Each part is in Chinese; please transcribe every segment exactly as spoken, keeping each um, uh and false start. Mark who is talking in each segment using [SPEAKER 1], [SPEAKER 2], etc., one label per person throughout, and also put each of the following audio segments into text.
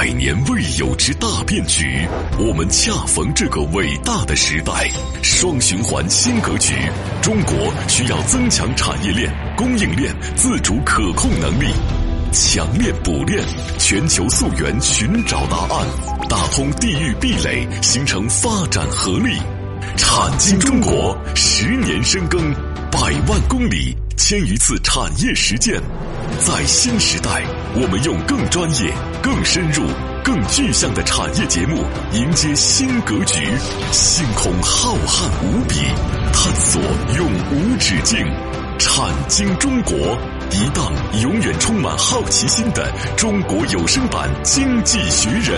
[SPEAKER 1] 百年未有之大变局，我们恰逢这个伟大的时代。双循环新格局，中国需要增强产业链、供应链自主可控能力，强链补链，全球溯源寻找答案，打通地域壁垒，形成发展合力。产经中国十年深耕，百万公里，千余次产业实践。在新时代，我们用更专业、更深入、更具象的产业节目迎接新格局。星空浩瀚无比，探索永无止境。产经中国，一档永远充满好奇心的中国有声版经济学人。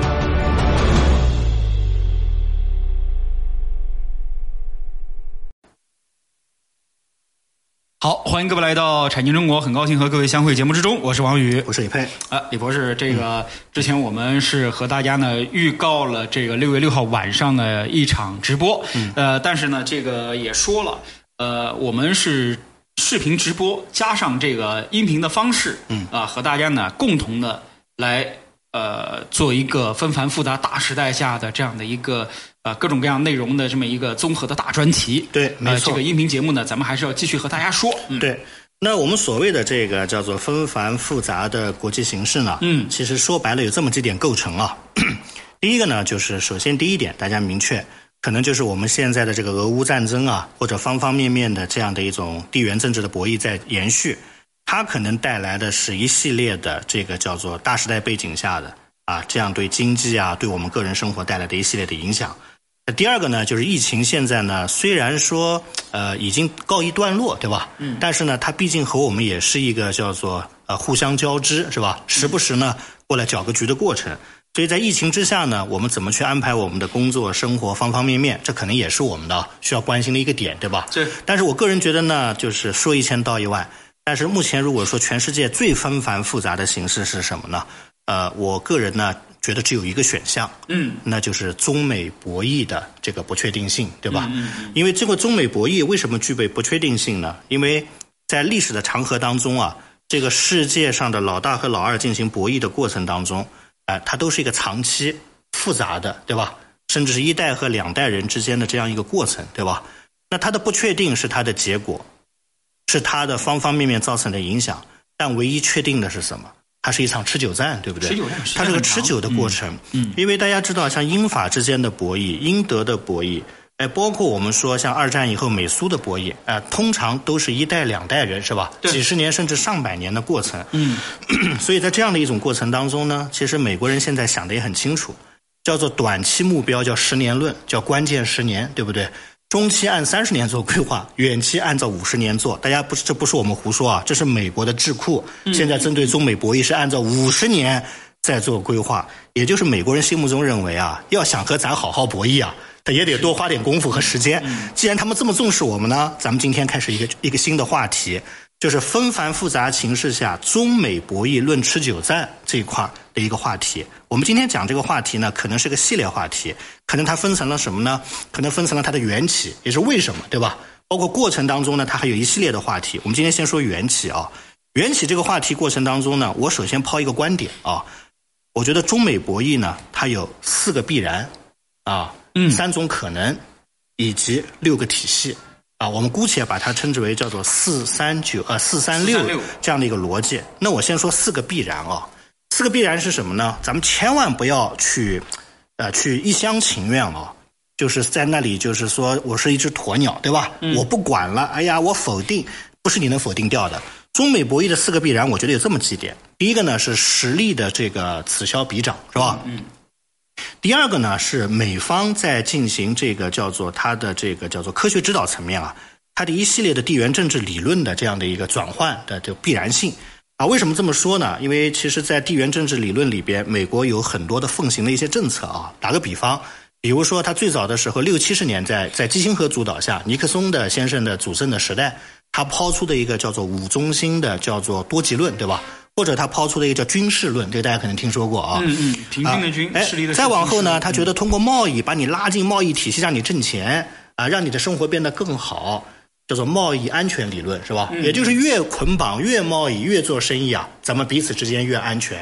[SPEAKER 2] 好，欢迎各位来到产经中国，很高兴和各位相会节目之中，我是王宇，
[SPEAKER 3] 我是李佩。
[SPEAKER 2] 啊，李博士，这个、嗯、之前我们是和大家呢预告了这个六月六号晚上的一场直播，嗯、呃，但是呢，这个也说了，呃，我们是视频直播加上这个音频的方式，嗯啊，和大家呢共同的来呃做一个纷繁复杂大时代下的这样的一个。呃，各种各样内容的这么一个综合的大专题，
[SPEAKER 3] 对，没错。
[SPEAKER 2] 呃，这个音频节目呢，咱们还是要继续和大家说。嗯、
[SPEAKER 3] 对，那我们所谓的这个叫做纷繁复杂的国际形势呢，嗯，其实说白了有这么几点构成啊。第一个呢，就是首先第一点，大家明确，可能就是我们现在的这个俄乌战争啊，或者方方面面的这样的一种地缘政治的博弈在延续，它可能带来的是一系列的这个叫做大时代背景下的啊，这样对经济啊，对我们个人生活带来的一系列的影响。第二个呢，就是疫情现在呢，虽然说呃已经告一段落，对吧？嗯。但是呢，它毕竟和我们也是一个叫做呃互相交织，是吧？时不时呢过来搅个局的过程。所以在疫情之下呢，我们怎么去安排我们的工作、生活方方面面，这可能也是我们的需要关心的一个点，对吧？
[SPEAKER 2] 对。
[SPEAKER 3] 但是我个人觉得呢，就是说一千道一万。但是目前如果说全世界最纷繁复杂的形势是什么呢？呃，我个人呢。觉得只有一个选项，嗯，那就是中美博弈的这个不确定性，对吧？嗯嗯、因为这个中美博弈为什么具备不确定性呢？因为在历史的长河当中啊，这个世界上的老大和老二进行博弈的过程当中，啊、呃，它都是一个长期复杂的，对吧？甚至是一代和两代人之间的这样一个过程，对吧？那它的不确定是它的结果，是它的方方面面造成的影响，但唯一确定的是什么？它是一场持久战，对不对？
[SPEAKER 2] 持久战，
[SPEAKER 3] 它是个持久的过程。嗯，因为大家知道，像英法之间的博弈、英德的博弈，哎，包括我们说像二战以后美苏的博弈，哎、呃，通常都是一代两代人，是吧？几十年甚至上百年的过程。嗯，所以在这样的一种过程当中呢，其实美国人现在想的也很清楚，叫做短期目标，叫十年论，叫关键十年，对不对？中期按三十年做规划，远期按照五十年做。大家不是，这不是我们胡说啊，这是美国的智库现在针对中美博弈是按照五十年在做规划。也就是美国人心目中认为啊，要想和咱好好博弈啊，他也得多花点功夫和时间。既然他们这么重视我们呢，咱们今天开始一个一个新的话题，就是纷繁复杂形势下中美博弈论持久战这一块的一个话题。我们今天讲这个话题呢，可能是个系列话题，可能它分成了什么呢？可能分成了它的缘起，也是为什么，对吧？包括过程当中呢，它还有一系列的话题。我们今天先说缘起啊，缘起这个话题过程当中呢，我首先抛一个观点啊，我觉得中美博弈呢，它有四个必然啊，嗯，三种可能，以及六个体系。啊，我们姑且把它称之为叫做四三九呃四三六这样的一个逻辑。那我先说四个必然啊，四个必然是什么呢？咱们千万不要去呃去一厢情愿啊，就是在那里就是说我是一只鸵鸟，对吧？嗯、我不管了，哎呀，我否定，不是你能否定掉的。中美博弈的四个必然，我觉得有这么几点。第一个呢是实力的这个此消彼长，是吧？嗯。第二个呢是美方在进行这个叫做它的这个叫做科学指导层面啊，它的一系列的地缘政治理论的这样的一个转换的这个必然性啊。为什么这么说呢？因为其实在地缘政治理论里边，美国有很多的奉行的一些政策啊。打个比方，比如说他最早的时候六七十年代在基辛格主导下，尼克松的先生的主政的时代，他抛出的一个叫做五中心的叫做多极论，对吧？或者他抛出的一个叫军事论，这个大家可能听说过啊。
[SPEAKER 2] 嗯嗯，平均的均，
[SPEAKER 3] 啊、
[SPEAKER 2] 势力的
[SPEAKER 3] 再往后呢，他觉得通过贸易把你拉进贸易体系，让你挣钱啊，让你的生活变得更好，叫做贸易安全理论，是吧？嗯、也就是越捆绑、越贸易、越做生意啊，咱们彼此之间越安全。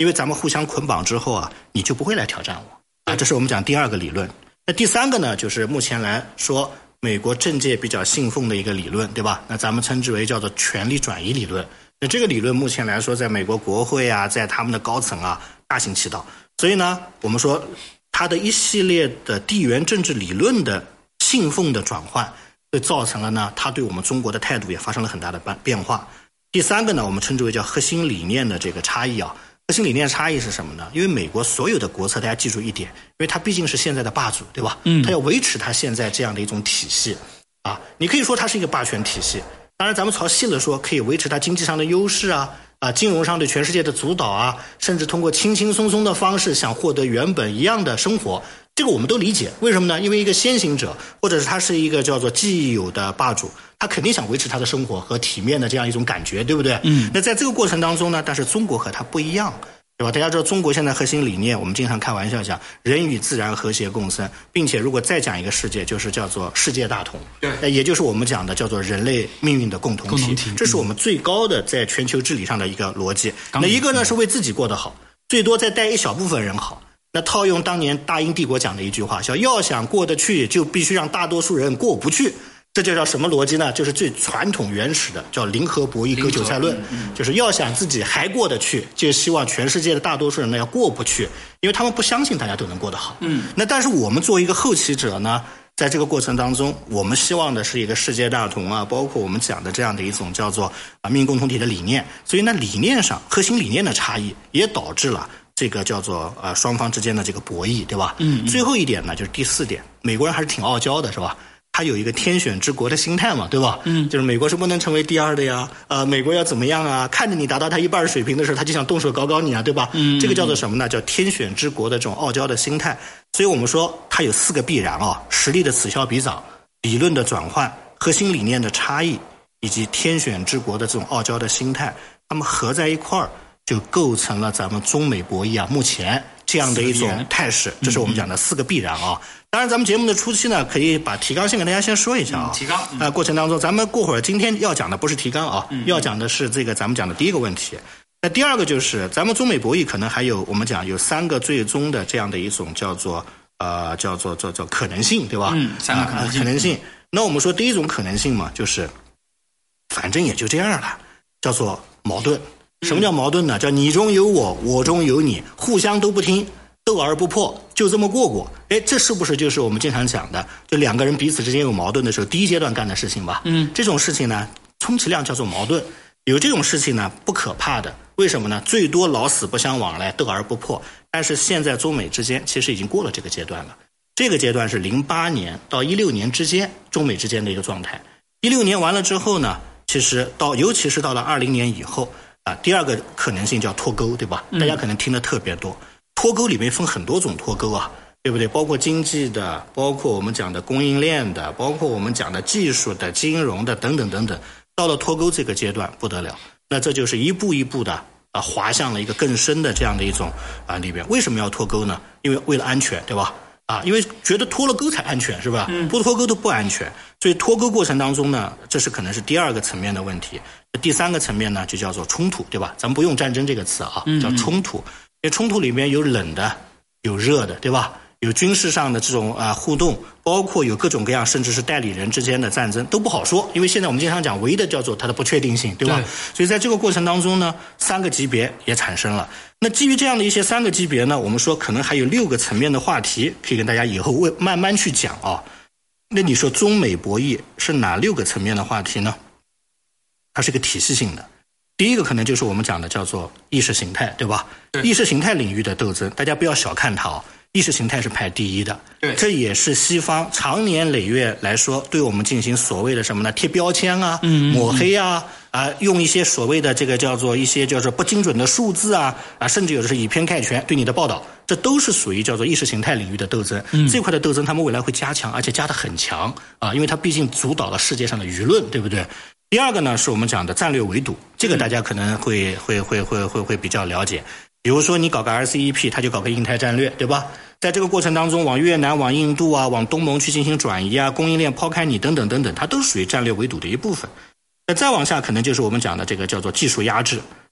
[SPEAKER 3] 因为咱们互相捆绑之后啊，你就不会来挑战我啊，这是我们讲第二个理论。那第三个呢，就是目前来说美国政界比较信奉的一个理论，对吧？那咱们称之为叫做权力转移理论。那这个理论目前来说在美国国会啊，在他们的高层啊大行其道，所以呢我们说它的一系列的地缘政治理论的信奉的转换，就造成了呢它对我们中国的态度也发生了很大的变化。第三个呢，我们称之为叫核心理念的这个差异啊。核心理念差异是什么呢？因为美国所有的国策，大家记住一点，因为它毕竟是现在的霸主，对吧？嗯，它要维持它现在这样的一种体系啊。你可以说它是一个霸权体系，当然咱们朝细了说，可以维持它经济上的优势啊，啊，金融上对全世界的主导啊，甚至通过轻轻松松的方式想获得原本一样的生活，这个我们都理解。为什么呢？因为一个先行者，或者是他是一个叫做既有的霸主，他肯定想维持他的生活和体面的这样一种感觉，对不对？嗯。那在这个过程当中呢，但是中国和他不一样，对吧？大家知道中国现在核心理念，我们经常开玩笑讲人与自然和谐共生，并且如果再讲一个世界，就是叫做世界大同，对，也就是我们讲的叫做人类命运的共同体。共同体，这是我们最高的在全球治理上的一个逻辑。那一个呢是为自己过得好，最多再带一小部分人好。那套用当年大英帝国讲的一句话，叫要想过得去，就必须让大多数人过不去。这就叫什么逻辑呢？就是最传统原始的叫零和博弈割韭菜论，就是要想自己还过得去，就希望全世界的大多数人呢要过不去，因为他们不相信大家都能过得好。嗯，那但是我们作为一个后起者呢，在这个过程当中，我们希望的是一个世界大同啊，包括我们讲的这样的一种叫做啊命运共同体的理念。所以呢，理念上核心理念的差异也导致了这个叫做呃双方之间的这个博弈，对吧？嗯。最后一点呢，就是第四点，美国人还是挺傲娇的，是吧？他有一个天选之国的心态嘛，对吧？嗯，就是美国是不能成为第二的呀，呃，美国要怎么样啊？看着你达到他一半水平的时候，他就想动手搞搞你啊，对吧？嗯，这个叫做什么呢？叫天选之国的这种傲娇的心态。所以我们说它有四个必然啊：实力的此消彼长、理论的转换、核心理念的差异，以及天选之国的这种傲娇的心态，他们合在一块儿，就构成了咱们中美博弈啊目前这样的一种态势。这是我们讲的四个必然啊。当然咱们节目的初期呢，可以把提纲先跟大家先说一下啊。嗯、提纲啊、嗯呃，过程当中咱们过会儿今天要讲的不是提纲啊、嗯、要讲的是这个咱们讲的第一个问题。那第二个就是咱们中美博弈可能还有我们讲有三个最终的这样的一种叫做呃叫做叫做可能性，对吧？嗯，三个可能性、呃、可能性。那我们说第一种可能性嘛，就是反正也就这样了，叫做矛盾。什么叫矛盾呢？叫你中有我，我中有你，互相都不听，斗而不破，就这么过过。哎，这是不是就是我们经常讲的，就两个人彼此之间有矛盾的时候，第一阶段干的事情吧？嗯，这种事情呢，充其量叫做矛盾。有这种事情呢，不可怕的。为什么呢？最多老死不相往来，斗而不破。但是现在中美之间其实已经过了这个阶段了。这个阶段是零八年到一六年之间中美之间的一个状态。一六年完了之后呢，其实到尤其是到了二零年以后。啊，第二个可能性叫脱钩，对吧？大家可能听得特别多。脱钩里面分很多种脱钩啊，对不对？包括经济的，包括我们讲的供应链的，包括我们讲的技术的、金融的等等等等。到了脱钩这个阶段不得了，那这就是一步一步的啊滑向了一个更深的这样的一种啊里边。为什么要脱钩呢？因为为了安全，对吧？啊，因为觉得脱了钩才安全，是吧？嗯，不脱钩都不安全。所以脱钩过程当中呢，这是可能是第二个层面的问题。第三个层面呢，就叫做冲突，对吧？咱们不用战争这个词啊，叫冲突。因为冲突里面有冷的，有热的，对吧？有军事上的这种啊互动，包括有各种各样，甚至是代理人之间的战争，都不好说。因为现在我们经常讲，唯一的叫做它的不确定性，对吧？对。所以在这个过程当中呢，三个级别也产生了。那基于这样的一些三个级别呢，我们说可能还有六个层面的话题，可以跟大家以后为慢慢去讲啊。那你说中美博弈是哪六个层面的话题呢？它是一个体系性的。第一个可能就是我们讲的叫做意识形态，对吧？对，意识形态领域的斗争，大家不要小看它哦。意识形态是排第一的，对，这也是西方长年累月来说对我们进行所谓的什么呢？贴标签啊，嗯，抹黑啊，啊，用一些所谓的这个叫做一些叫做不精准的数字啊，啊，甚至有的是以偏概全对你的报道，这都是属于叫做意识形态领域的斗争。嗯，这块的斗争他们未来会加强，而且加得很强啊，因为它毕竟主导了世界上的舆论，对不对？第二个呢，是我们讲的战略围堵，这个大家可能会会会会会会比较了解。比如说你搞个 R C E P， 他就搞个印太战略，对吧？在这个过程当中，往越南、往印度啊、往东盟去进行转移啊，供应链抛开你等等等等，它都属于战略围堵的一部分。那再往下，可能就是我们讲的这个叫做技术压制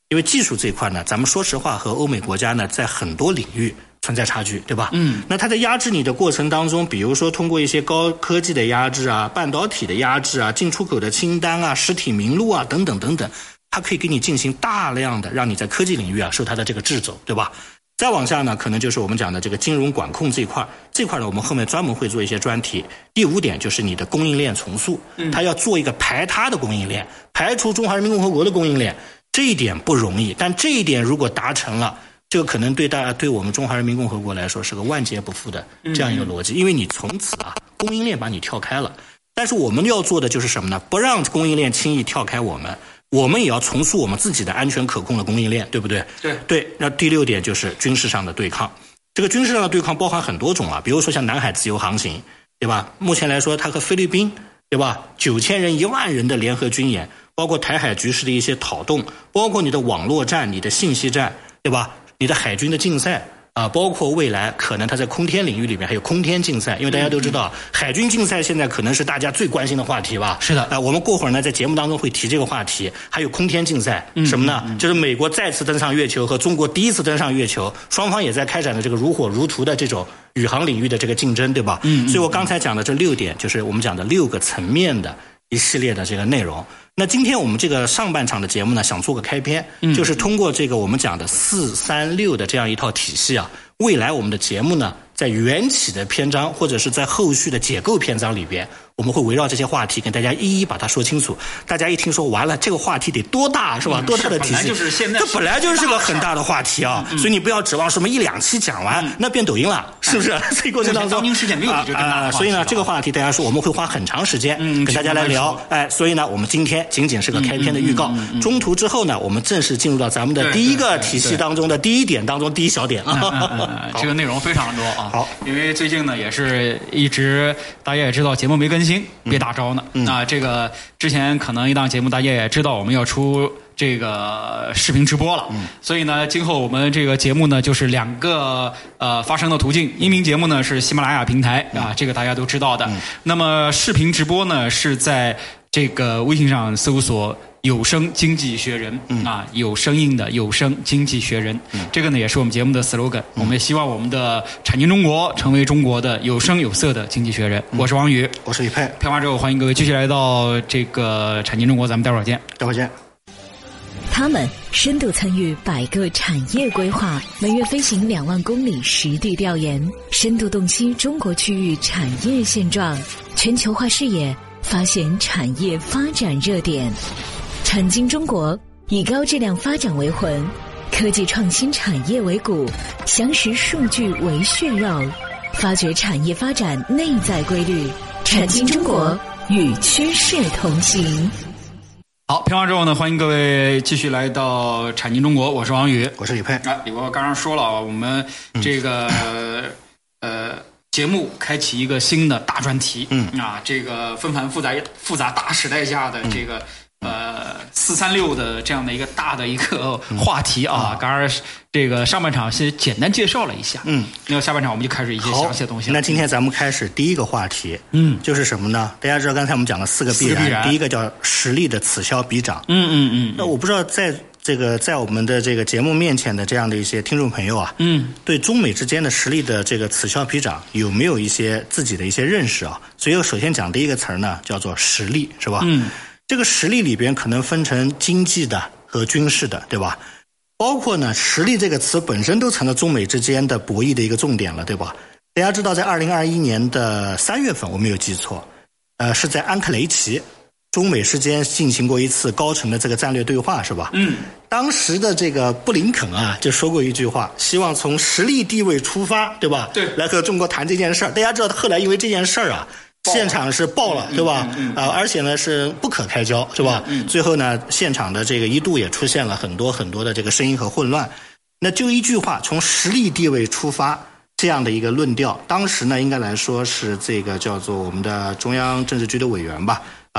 [SPEAKER 3] 因为技术这一块呢，咱们说实话和欧美国家呢在很多领域存在差距，对吧？嗯，那它在压制你的过程当中，比如说通过一些高科技的压制啊、半导体的压制啊、进出口的清单啊、实体名录啊等等等等，它可以给你进行大量的让你在科技领域啊受它的这个制肘，对吧？再往下呢，可能就是我们讲的这个金融管控这一块，这块呢我们后面专门会做一些专题。第五点就是你的供应链重塑，它要做一个排他的供应链，排除中华人民共和国的供应链，这一点不容易，但这一点如果达成了，这个可能对大家对我们中华人民共和国来说是个万劫不复的这样一个逻辑，因为你从此啊供应链把你跳开了。但是我们要做的就是什么呢？不让供应链轻易跳开我们。我们也要重塑我们自己的安全可控的供应链，对不对？
[SPEAKER 2] 对
[SPEAKER 3] 对。那第六点就是军事上的对抗。这个军事上的对抗包含很多种啊，比如说像南海自由航行，对吧？目前来说，它和菲律宾，对吧？九千人、一万人的联合军演，包括台海局势的一些讨动，包括你的网络战、你的信息战，对吧？你的海军的竞赛。啊，包括未来可能它在空天领域里面还有空天竞赛，因为大家都知道，海军竞赛现在可能是大家最关心的话题吧？
[SPEAKER 2] 是的。
[SPEAKER 3] 啊，我们过会儿呢在节目当中会提这个话题。还有空天竞赛，什么呢？嗯嗯、就是美国再次登上月球和中国第一次登上月球，双方也在开展的这个如火如荼的这种宇航领域的这个竞争，对吧？嗯, 嗯, 嗯。所以我刚才讲的这六点，就是我们讲的六个层面的一系列的这个内容。那今天我们这个上半场的节目呢，想做个开篇，就是通过这个我们讲的四三六的这样一套体系啊，未来我们的节目呢，在缘起的篇章或者是在后续的解构篇章里边，我们会围绕这些话题跟大家一一把它说清楚。大家一听说完了，这个话题得多大是吧？嗯、多大的体系？
[SPEAKER 2] 就是现在
[SPEAKER 3] 这本来就是个很大的话题啊，嗯嗯、所以你不要指望什么一两期讲完，嗯、那变抖音了，是不是？这个过程当中，
[SPEAKER 2] 当今世界没有比这更大的话题、啊、
[SPEAKER 3] 所以呢，这个话题大家说我们会花很长时间跟大家来聊，嗯、哎，所以呢，我们今天仅仅是个开篇的预告，嗯嗯嗯嗯、中途之后呢，我们正式进入到咱们的第一个体系当中的第一点当中第一小点啊。
[SPEAKER 2] 嗯嗯嗯、这个内容非常多啊。
[SPEAKER 3] 好，
[SPEAKER 2] 因为最近呢也是一直大家也知道节目没更新，别大招呢。嗯、那这个之前可能一档节目大家也知道我们要出这个视频直播了，嗯、所以呢，今后我们这个节目呢就是两个呃发声的途径，音频节目呢是喜马拉雅平台啊，这个大家都知道的。嗯、那么视频直播呢是在这个微信上搜索有声经济学人、嗯、啊，有声音的有声经济学人、嗯、这个呢也是我们节目的 slogan、嗯、我们也希望我们的产经中国成为中国的有声有色的经济学人、嗯、我是王宇，
[SPEAKER 3] 我是李佩。
[SPEAKER 2] 片完之后欢迎各位继续来到这个产经中国，咱们待会儿见。
[SPEAKER 3] 待会儿见。
[SPEAKER 4] 他们深度参与百个产业规划，每月飞行两万公里实地调研，深度洞悉中国区域产业现状，全球化视野发现产业发展热点。产经中国以高质量发展为魂，科技创新产业为骨，详实数据为血肉，发掘产业发展内在规律。产经中国与趋势同行。
[SPEAKER 2] 好，片完之后呢，欢迎各位继续来到产经中国，我是王宇，
[SPEAKER 3] 我是李佩。
[SPEAKER 2] 啊，李博刚刚说了，我们这个、嗯、呃节目开启一个新的大专题，嗯啊，这个纷繁复杂复杂大时代下的这个。嗯呃，四三六的这样的一个大的一个话题啊，刚刚这个上半场是简单介绍了一下，嗯，那下半场我们就开始一些详细的东西了。
[SPEAKER 3] 那今天咱们开始第一个话题，嗯，就是什么呢？大家知道刚才我们讲了四个必然，
[SPEAKER 2] 必然
[SPEAKER 3] 第一个叫实力的此消彼长，
[SPEAKER 2] 嗯嗯嗯。
[SPEAKER 3] 那我不知道在这个在我们的这个节目面前的这样的一些听众朋友啊，嗯，对中美之间的实力的这个此消彼长有没有一些自己的一些认识啊？所以我首先讲第一个词儿呢，叫做实力，是吧？嗯。这个实力里边可能分成经济的和军事的，对吧？包括呢，实力这个词本身都成了中美之间的博弈的一个重点了，对吧？大家知道，在二零二一年的三月份，我没有记错，呃，是在安克雷奇，中美之间进行过一次高层的这个战略对话，是吧？嗯。当时的这个布林肯啊，就说过一句话，希望从实力地位出发，对吧？
[SPEAKER 2] 对。
[SPEAKER 3] 来和中国谈这件事儿。大家知道，后来因为这件事儿啊。现场是爆了，对吧？嗯嗯嗯、啊，而且呢是不可开交，是吧？嗯嗯、最后呢，现场的这个一度也出现了很多很多的这个声音和混乱。那就一句话，从实力地位出发这样的一个论调，当时呢应该来说是这个叫做我们的中央政治局的委员吧，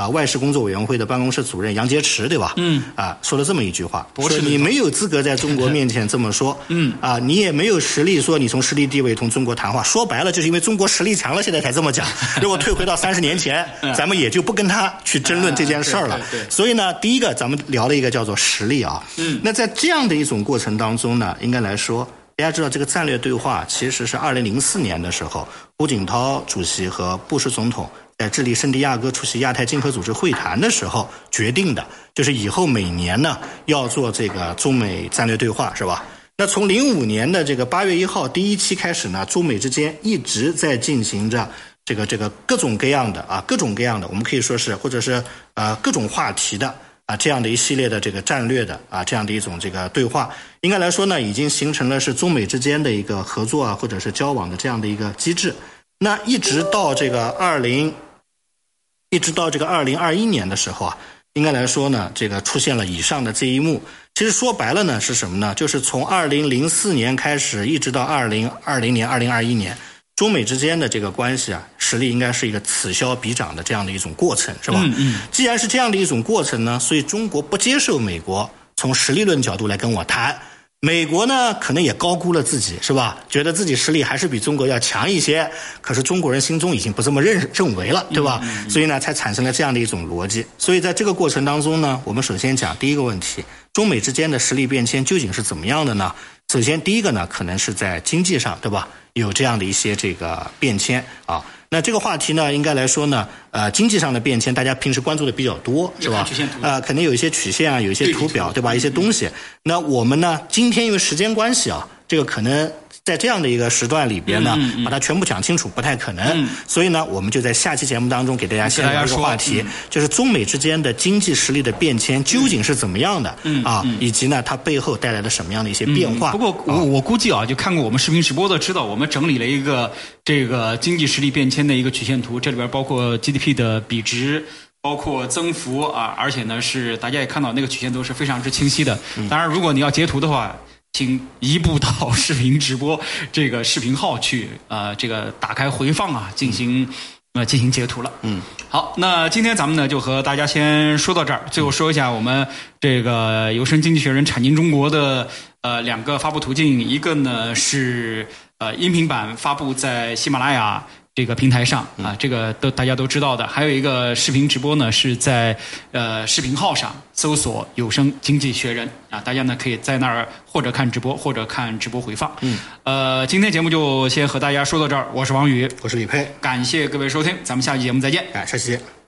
[SPEAKER 3] 啊外事工作委员会的办公室主任杨洁篪，对吧？嗯，啊说了这么一句话，说你没有资格在中国面前这么说，嗯，啊你也没有实力说你从实力地位同中国谈话，说白了就是因为中国实力强了，现在才这么讲。如果退回到三十年前，咱们也就不跟他去争论这件事儿了。所以呢，第一个咱们聊了一个叫做实力啊，嗯，那在这样的一种过程当中呢，应该来说。大家知道这个战略对话其实是二零零四年的时候，胡锦涛主席和布什总统在智利圣地亚哥出席亚太经合组织会谈的时候决定的，就是以后每年呢要做这个中美战略对话，是吧？那从零五年的这个八月一号第一期开始呢，中美之间一直在进行着这个这个各种各样的啊各种各样的，我们可以说是或者是呃各种话题的。啊，这样的一系列的这个战略的啊，这样的一种这个对话，应该来说呢，已经形成了是中美之间的一个合作啊，或者是交往的这样的一个机制。那一直到这个二零，一直到这个二零二一年的时候啊，应该来说呢，这个出现了以上的这一幕。其实说白了呢，是什么呢？就是从二零零四年开始，一直到二零二零年、二零二一年。中美之间的这个关系啊，实力应该是一个此消彼长的这样的一种过程，是吧？嗯嗯。既然是这样的一种过程呢，所以中国不接受美国从实力论角度来跟我谈。美国呢，可能也高估了自己，是吧？觉得自己实力还是比中国要强一些。可是中国人心中已经不这么认认为了，对吧？嗯嗯嗯。所以呢，才产生了这样的一种逻辑。所以在这个过程当中呢，我们首先讲第一个问题：中美之间的实力变迁究竟是怎么样的呢？首先，第一个呢，可能是在经济上，对吧？有这样的一些这个变迁啊，那这个话题呢，应该来说呢，呃，经济上的变迁，大家平时关注的比较多，是吧？呃，肯定有一些曲线啊，有一些图表，对吧？一些东西。那我们呢，今天因为时间关系啊，这个可能在这样的一个时段里边呢，嗯嗯嗯把它全部讲清楚不太可能，嗯、所以呢，我们就在下期节目当中给大家先聊一个话题，嗯、就是中美之间的经济实力的变迁究竟是怎么样的、嗯、啊，嗯、以及呢，它背后带来的什么样的一些变化。
[SPEAKER 2] 嗯、不过我我估计啊，就看过我们视频直播的知道，我们整理了一个这个经济实力变迁的一个曲线图，这里边包括 G D P 的比值。包括增幅啊，而且呢是大家也看到那个曲线图是非常之清晰的。当然，如果你要截图的话，请移步到视频直播这个视频号去，呃，这个打开回放啊，进行呃进行截图了。嗯，好，那今天咱们呢就和大家先说到这儿，最后说一下我们这个有声经济学人产经中国的呃两个发布途径，一个呢是呃音频版发布在喜马拉雅。这个平台上啊，这个都大家都知道的。还有一个视频直播呢，是在呃视频号上搜索“有声经济学人”啊，大家呢可以在那儿或者看直播，或者看直播回放。嗯，呃，今天节目就先和大家说到这儿，我是王宇，
[SPEAKER 3] 我是李佩，
[SPEAKER 2] 感谢各位收听，咱们下期节目再见，
[SPEAKER 3] 哎，下期见。